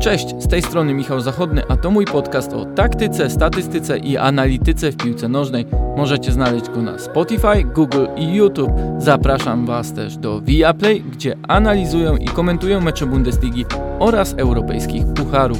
Cześć, z tej strony Michał Zachodny, a to mój podcast o taktyce, statystyce i analityce w piłce nożnej. Możecie znaleźć go na Spotify, Google i YouTube. Zapraszam Was też do Viaplay, gdzie analizują i komentują mecze Bundesligi oraz europejskich pucharów.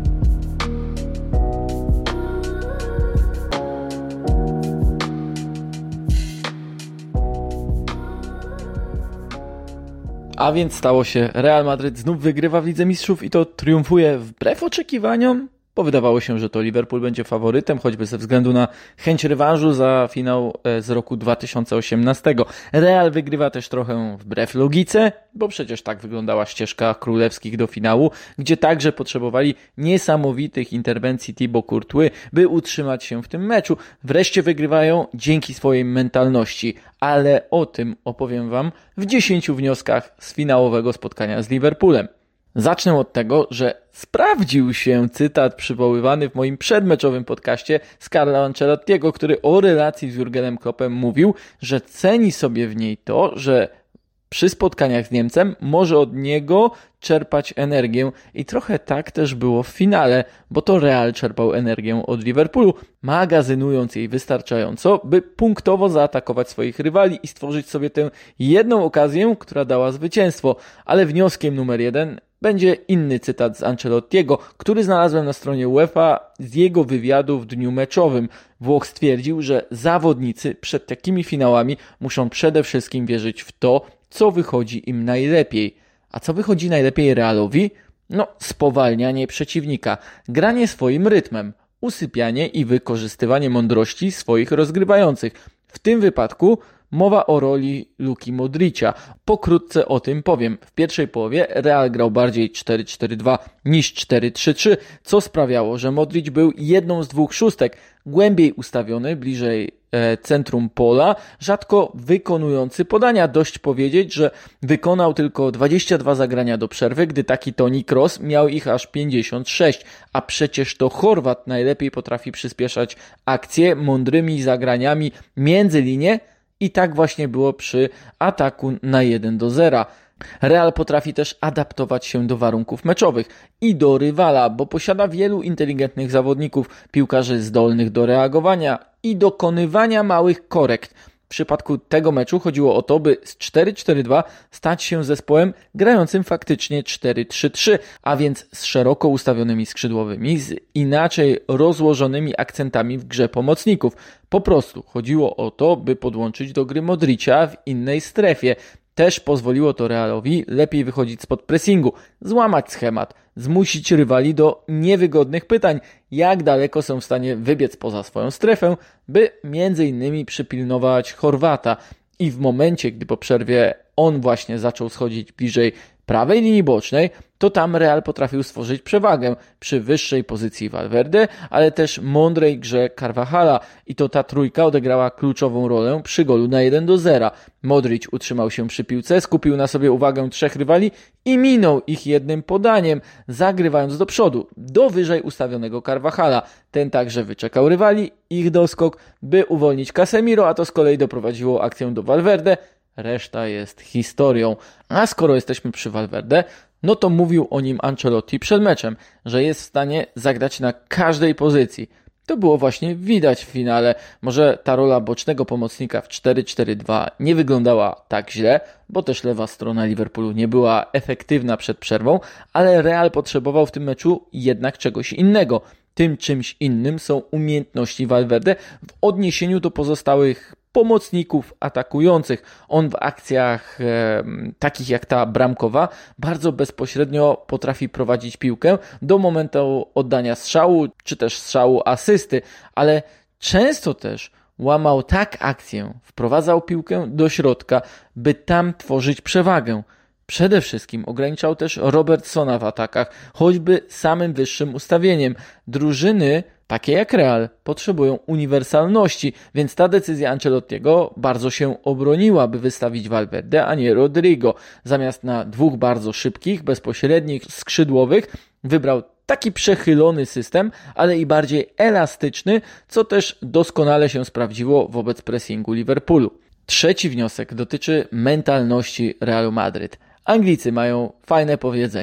A więc stało się, Real Madryt znów wygrywa w Lidze Mistrzów i to triumfuje wbrew oczekiwaniom, bo wydawało się, że to Liverpool będzie faworytem, choćby ze względu na chęć rewanżu za finał z roku 2018. Real wygrywa też trochę wbrew logice, bo przecież tak wyglądała ścieżka królewskich do finału, gdzie także potrzebowali niesamowitych interwencji Thibaut Courtois, by utrzymać się w tym meczu. Wreszcie wygrywają dzięki swojej mentalności, ale o tym opowiem Wam w 10 wnioskach z finałowego spotkania z Liverpoolem. Zacznę od tego, że sprawdził się cytat przywoływany w moim przedmeczowym podcaście z Carlo Ancelottiego, który o relacji z Jurgenem Kloppem mówił, że ceni sobie w niej to, że przy spotkaniach z Niemcem może od niego czerpać energię i trochę tak też było w finale, bo to Real czerpał energię od Liverpoolu, magazynując jej wystarczająco, by punktowo zaatakować swoich rywali i stworzyć sobie tę jedną okazję, która dała zwycięstwo. Ale wnioskiem numer 1 będzie inny cytat z Ancelottiego, który znalazłem na stronie UEFA z jego wywiadu w dniu meczowym. Włoch stwierdził, że zawodnicy przed takimi finałami muszą przede wszystkim wierzyć w to, co wychodzi im najlepiej. A co wychodzi najlepiej Realowi? Spowalnianie przeciwnika, granie swoim rytmem, usypianie i wykorzystywanie mądrości swoich rozgrywających. W tym wypadku mowa o roli Luki Modricia. Pokrótce o tym powiem. W pierwszej połowie Real grał bardziej 4-4-2 niż 4-3-3, co sprawiało, że Modric był jedną z dwóch szóstek, głębiej ustawiony, bliżej centrum pola, rzadko wykonujący podania. Dość powiedzieć, że wykonał tylko 22 zagrania do przerwy, gdy taki Toni Kroos miał ich aż 56, a przecież to Chorwat najlepiej potrafi przyspieszać akcje mądrymi zagraniami między linie i tak właśnie było przy ataku na 1-0. Real potrafi też adaptować się do warunków meczowych i do rywala, bo posiada wielu inteligentnych zawodników, piłkarzy zdolnych do reagowania i dokonywania małych korekt. W przypadku tego meczu chodziło o to, by z 4-4-2 stać się zespołem grającym faktycznie 4-3-3, a więc z szeroko ustawionymi skrzydłowymi, z inaczej rozłożonymi akcentami w grze pomocników. Po prostu chodziło o to, by podłączyć do gry Modricia w innej strefie. Też pozwoliło to Realowi lepiej wychodzić spod pressingu, złamać schemat, zmusić rywali do niewygodnych pytań, jak daleko są w stanie wybiec poza swoją strefę, by między innymi przypilnować Chorwata. I w momencie, gdy po przerwie on właśnie zaczął schodzić bliżej prawej linii bocznej, to tam Real potrafił stworzyć przewagę przy wyższej pozycji Valverde, ale też mądrej grze Carvajala i to ta trójka odegrała kluczową rolę przy golu na 1-0. Modric utrzymał się przy piłce, skupił na sobie uwagę trzech rywali i minął ich jednym podaniem, zagrywając do przodu, do wyżej ustawionego Carvajala. Ten także wyczekał rywali, ich doskok, by uwolnić Casemiro, a to z kolei doprowadziło akcję do Valverde. Reszta jest historią. A skoro jesteśmy przy Valverde, to mówił o nim Ancelotti przed meczem, że jest w stanie zagrać na każdej pozycji. To było właśnie widać w finale. Może ta rola bocznego pomocnika w 4-4-2 nie wyglądała tak źle, bo też lewa strona Liverpoolu nie była efektywna przed przerwą, ale Real potrzebował w tym meczu jednak czegoś innego. Tym czymś innym są umiejętności Valverde w odniesieniu do pozostałych pomocników atakujących. On w akcjach takich jak ta bramkowa bardzo bezpośrednio potrafi prowadzić piłkę do momentu oddania strzału, czy też strzału asysty, ale często też łamał tak akcję, wprowadzał piłkę do środka, by tam tworzyć przewagę. Przede wszystkim ograniczał też Robertsona w atakach, choćby samym wyższym ustawieniem. Drużyny takie jak Real potrzebują uniwersalności, więc ta decyzja Ancelottiego bardzo się obroniła, by wystawić Valverde, a nie Rodrigo. Zamiast na dwóch bardzo szybkich, bezpośrednich skrzydłowych wybrał taki przechylony system, ale i bardziej elastyczny, co też doskonale się sprawdziło wobec pressingu Liverpoolu. Trzeci wniosek dotyczy mentalności Realu Madryt. Anglicy mają fajne powiedzenie.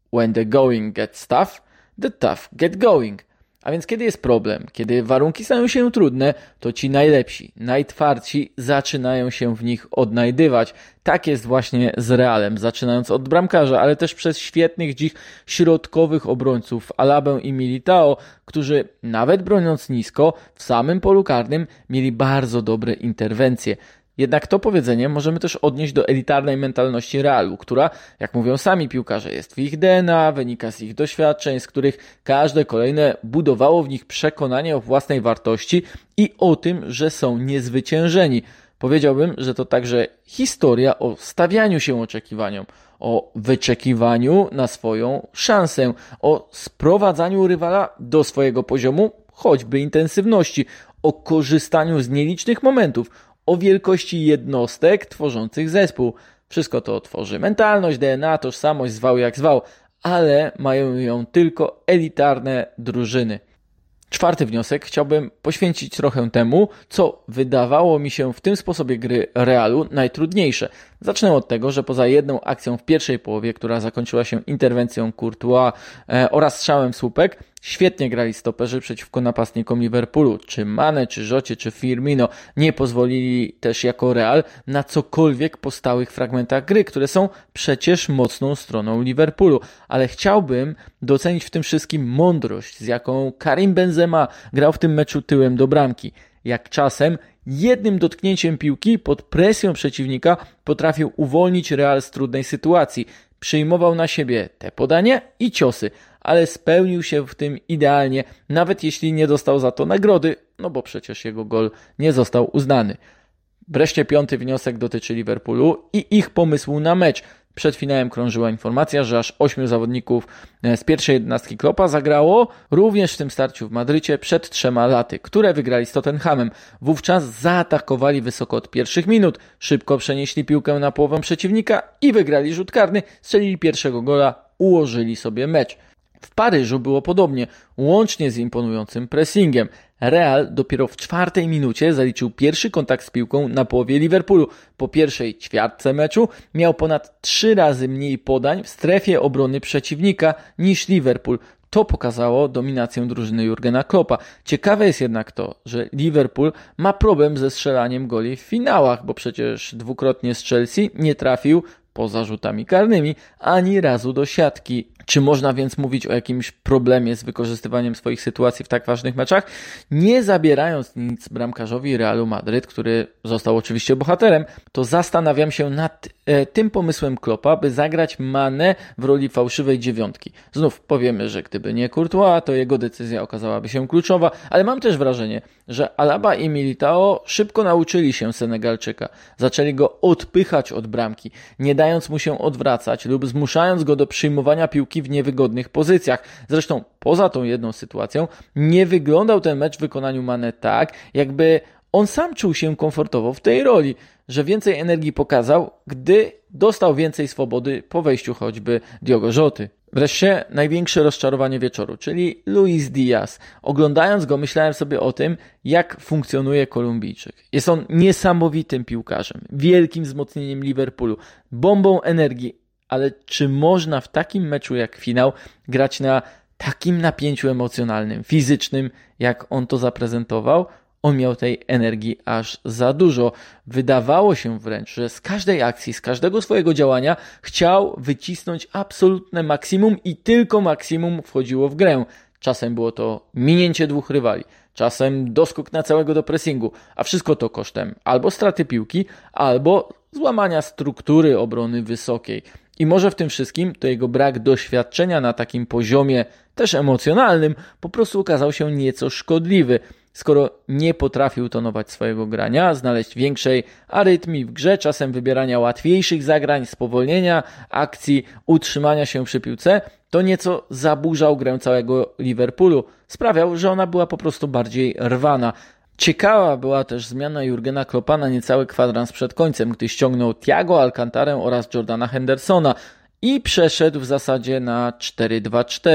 When the going gets tough, the tough get going. A więc kiedy jest problem, kiedy warunki stają się trudne, to ci najlepsi, najtwardsi zaczynają się w nich odnajdywać. Tak jest właśnie z Realem, zaczynając od bramkarza, ale też przez świetnych dziś środkowych obrońców Alabę i Militao, którzy nawet broniąc nisko, w samym polu karnym mieli bardzo dobre interwencje. Jednak to powiedzenie możemy też odnieść do elitarnej mentalności Realu, która, jak mówią sami piłkarze, jest w ich DNA, wynika z ich doświadczeń, z których każde kolejne budowało w nich przekonanie o własnej wartości i o tym, że są niezwyciężeni. Powiedziałbym, że to także historia o stawianiu się oczekiwaniom, o wyczekiwaniu na swoją szansę, o sprowadzaniu rywala do swojego poziomu, choćby intensywności, o korzystaniu z nielicznych momentów, o wielkości jednostek tworzących zespół. Wszystko to tworzy mentalność, DNA, tożsamość, zwał jak zwał, ale mają ją tylko elitarne drużyny. Czwarty wniosek chciałbym poświęcić trochę temu, co wydawało mi się w tym sposobie gry Realu najtrudniejsze. Zacznę od tego, że poza jedną akcją w pierwszej połowie, która zakończyła się interwencją Courtois oraz strzałem w słupek, świetnie grali stoperzy przeciwko napastnikom Liverpoolu. Czy Mane, czy Jocie, czy Firmino nie pozwolili też jako Real na cokolwiek po stałych fragmentach gry, które są przecież mocną stroną Liverpoolu. Ale chciałbym docenić w tym wszystkim mądrość, z jaką Karim Benzema grał w tym meczu tyłem do bramki. Jak czasem jednym dotknięciem piłki pod presją przeciwnika potrafił uwolnić Real z trudnej sytuacji. Przyjmował na siebie te podania i ciosy, ale spełnił się w tym idealnie, nawet jeśli nie dostał za to nagrody, no bo przecież jego gol nie został uznany. Wreszcie piąty wniosek dotyczy Liverpoolu i ich pomysłu na mecz. Przed finałem krążyła informacja, że aż 8 zawodników z pierwszej 11 Kloppa zagrało również w tym starciu w Madrycie przed 3 laty, które wygrali z Tottenhamem. Wówczas zaatakowali wysoko od pierwszych minut, szybko przenieśli piłkę na połowę przeciwnika i wygrali rzut karny, strzelili pierwszego gola, ułożyli sobie mecz. W Paryżu było podobnie, łącznie z imponującym pressingiem. Real dopiero w 4 minucie zaliczył pierwszy kontakt z piłką na połowie Liverpoolu. Po pierwszej ćwiartce meczu miał ponad 3 razy mniej podań w strefie obrony przeciwnika niż Liverpool. To pokazało dominację drużyny Jurgena Kloppa. Ciekawe jest jednak to, że Liverpool ma problem ze strzelaniem goli w finałach, bo przecież dwukrotnie z Chelsea nie trafił poza rzutami karnymi ani razu do siatki. Czy można więc mówić o jakimś problemie z wykorzystywaniem swoich sytuacji w tak ważnych meczach? Nie zabierając nic bramkarzowi Realu Madryt, który został oczywiście bohaterem, to zastanawiam się nad tym pomysłem Kloppa, by zagrać Mane w roli fałszywej dziewiątki. Znów powiemy, że gdyby nie Courtois, to jego decyzja okazałaby się kluczowa, ale mam też wrażenie, że Alaba i Militao szybko nauczyli się Senegalczyka. Zaczęli go odpychać od bramki, nie dając mu się odwracać lub zmuszając go do przyjmowania piłki w niewygodnych pozycjach. Zresztą poza tą jedną sytuacją nie wyglądał ten mecz w wykonaniu Mane tak, jakby on sam czuł się komfortowo w tej roli, że więcej energii pokazał, gdy dostał więcej swobody po wejściu choćby Diogo Joty. Wreszcie największe rozczarowanie wieczoru, czyli Luis Diaz. Oglądając go myślałem sobie o tym, jak funkcjonuje Kolumbijczyk. Jest on niesamowitym piłkarzem, wielkim wzmocnieniem Liverpoolu, bombą energii, ale czy można w takim meczu jak finał grać na takim napięciu emocjonalnym, fizycznym, jak on to zaprezentował? On miał tej energii aż za dużo. Wydawało się wręcz, że z każdej akcji, z każdego swojego działania chciał wycisnąć absolutne maksimum i tylko maksimum wchodziło w grę. Czasem było to minięcie 2 rywali, czasem doskok na całego do pressingu, a wszystko to kosztem albo straty piłki, albo złamania struktury obrony wysokiej. I może w tym wszystkim to jego brak doświadczenia na takim poziomie też emocjonalnym po prostu okazał się nieco szkodliwy. Skoro nie potrafił tonować swojego grania, znaleźć większej arytmii w grze, czasem wybierania łatwiejszych zagrań, spowolnienia akcji, utrzymania się przy piłce, to nieco zaburzał grę całego Liverpoolu. Sprawiał, że ona była po prostu bardziej rwana. Ciekawa była też zmiana Jurgena Kloppa na niecały kwadrans przed końcem, gdy ściągnął Thiago Alcantarę oraz Jordana Hendersona i przeszedł w zasadzie na 4-2-4.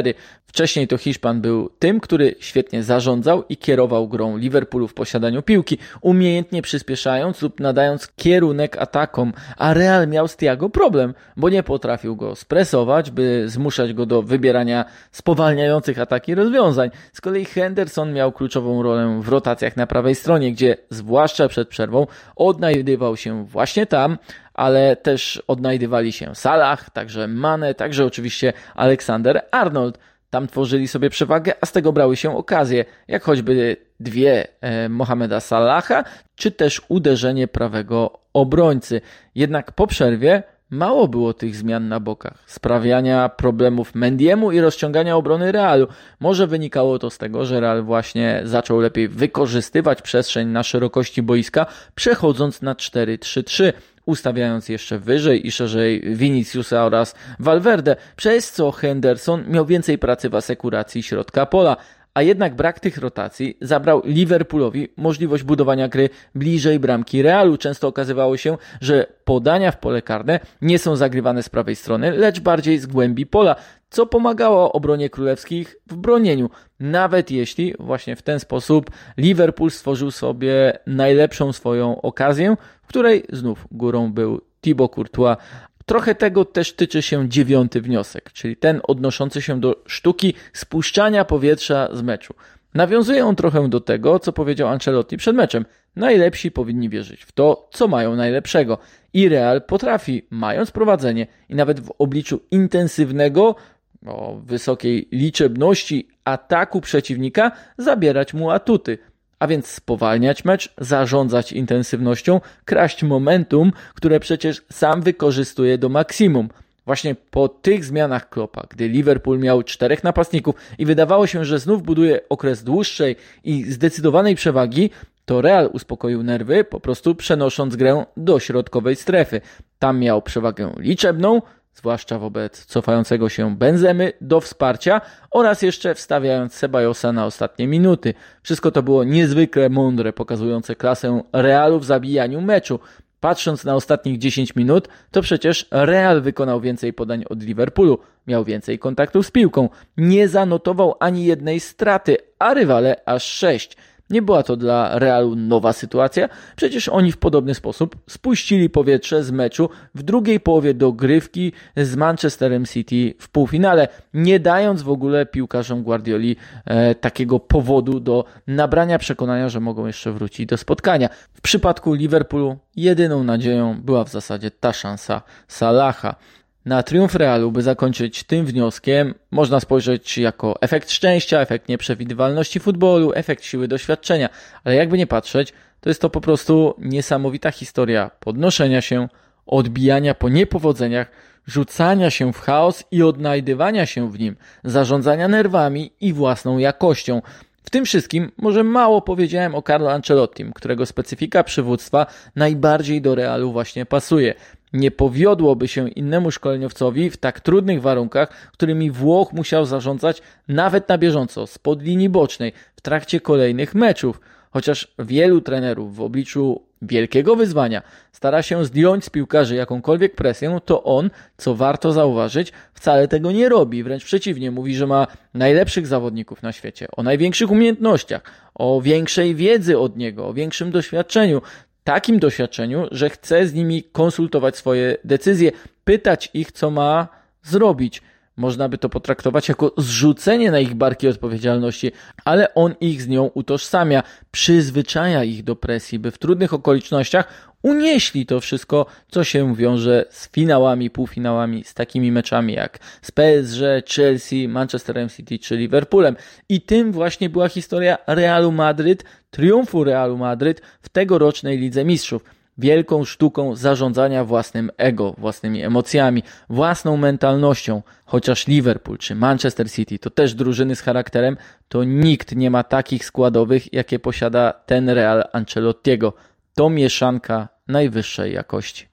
Wcześniej to Hiszpan był tym, który świetnie zarządzał i kierował grą Liverpoolu w posiadaniu piłki, umiejętnie przyspieszając lub nadając kierunek atakom, a Real miał z Thiago problem, bo nie potrafił go spresować, by zmuszać go do wybierania spowalniających ataki rozwiązań. Z kolei Henderson miał kluczową rolę w rotacjach na prawej stronie, gdzie zwłaszcza przed przerwą odnajdywał się właśnie tam, ale też odnajdywali się Salah, także Mane, także oczywiście Alexander-Arnold. Tam tworzyli sobie przewagę, a z tego brały się okazje, jak choćby dwie Mohameda Salaha, czy też uderzenie prawego obrońcy. Jednak po przerwie mało było tych zmian na bokach, sprawiania problemów Mendiemu i rozciągania obrony Realu. Może wynikało to z tego, że Real właśnie zaczął lepiej wykorzystywać przestrzeń na szerokości boiska, przechodząc na 4-3-3. Ustawiając jeszcze wyżej i szerzej Viniciusa oraz Valverde, przez co Henderson miał więcej pracy w asekuracji środka pola. A jednak brak tych rotacji zabrał Liverpoolowi możliwość budowania gry bliżej bramki Realu. Często okazywało się, że podania w pole karne nie są zagrywane z prawej strony, lecz bardziej z głębi pola, co pomagało obronie królewskich w bronieniu. Nawet jeśli właśnie w ten sposób Liverpool stworzył sobie najlepszą swoją okazję, w której znów górą był Thibaut Courtois. Trochę tego też tyczy się 9. wniosek, czyli ten odnoszący się do sztuki spuszczania powietrza z meczu. Nawiązuje on trochę do tego, co powiedział Ancelotti przed meczem. Najlepsi powinni wierzyć w to, co mają najlepszego. I Real potrafi, mając prowadzenie i nawet w obliczu intensywnego, o wysokiej liczebności ataku przeciwnika, zabierać mu atuty. A więc spowalniać mecz, zarządzać intensywnością, kraść momentum, które przecież sam wykorzystuje do maksimum. Właśnie po tych zmianach Kloppa, gdy Liverpool miał 4 napastników i wydawało się, że znów buduje okres dłuższej i zdecydowanej przewagi, to Real uspokoił nerwy, po prostu przenosząc grę do środkowej strefy. Tam miał przewagę liczebną, zwłaszcza wobec cofającego się Benzemy do wsparcia oraz jeszcze wstawiając Ceballosa na ostatnie minuty. Wszystko to było niezwykle mądre, pokazujące klasę Realu w zabijaniu meczu. Patrząc na ostatnich 10 minut, to przecież Real wykonał więcej podań od Liverpoolu, miał więcej kontaktów z piłką, nie zanotował ani jednej straty, a rywale aż 6. Nie była to dla Realu nowa sytuacja, przecież oni w podobny sposób spuścili powietrze z meczu w drugiej połowie dogrywki z Manchesterem City w półfinale, nie dając w ogóle piłkarzom Guardioli takiego powodu do nabrania przekonania, że mogą jeszcze wrócić do spotkania. W przypadku Liverpoolu jedyną nadzieją była w zasadzie ta szansa Salaha. Na triumf Realu, by zakończyć tym wnioskiem, można spojrzeć jako efekt szczęścia, efekt nieprzewidywalności futbolu, efekt siły doświadczenia, ale jakby nie patrzeć, to jest to po prostu niesamowita historia podnoszenia się, odbijania po niepowodzeniach, rzucania się w chaos i odnajdywania się w nim, zarządzania nerwami i własną jakością. W tym wszystkim może mało powiedziałem o Carlo Ancelottim, którego specyfika przywództwa najbardziej do Realu właśnie pasuje. Nie powiodłoby się innemu szkoleniowcowi w tak trudnych warunkach, którymi Włoch musiał zarządzać nawet na bieżąco, spod linii bocznej, w trakcie kolejnych meczów. Chociaż wielu trenerów w obliczu wielkiego wyzwania stara się zdjąć z piłkarzy jakąkolwiek presję, to on, co warto zauważyć, wcale tego nie robi. Wręcz przeciwnie, mówi, że ma najlepszych zawodników na świecie, o największych umiejętnościach, o większej wiedzy od niego, o większym doświadczeniu. Takim doświadczeniu, że chce z nimi konsultować swoje decyzje, pytać ich, co ma zrobić. Można by to potraktować jako zrzucenie na ich barki odpowiedzialności, ale on ich z nią utożsamia, przyzwyczaja ich do presji, by w trudnych okolicznościach unieśli to wszystko, co się wiąże z finałami, półfinałami, z takimi meczami jak z PSG, Chelsea, Manchesterem City czy Liverpoolem. I tym właśnie była historia Realu Madryt, triumfu Realu Madryt w tegorocznej Lidze Mistrzów. Wielką sztuką zarządzania własnym ego, własnymi emocjami, własną mentalnością. Chociaż Liverpool czy Manchester City to też drużyny z charakterem, to nikt nie ma takich składowych, jakie posiada ten Real Ancelottiego. To mieszanka najwyższej jakości.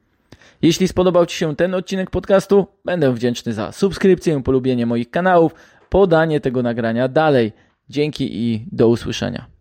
Jeśli spodobał Ci się ten odcinek podcastu, będę wdzięczny za subskrypcję, polubienie moich kanałów, podanie tego nagrania dalej. Dzięki i do usłyszenia.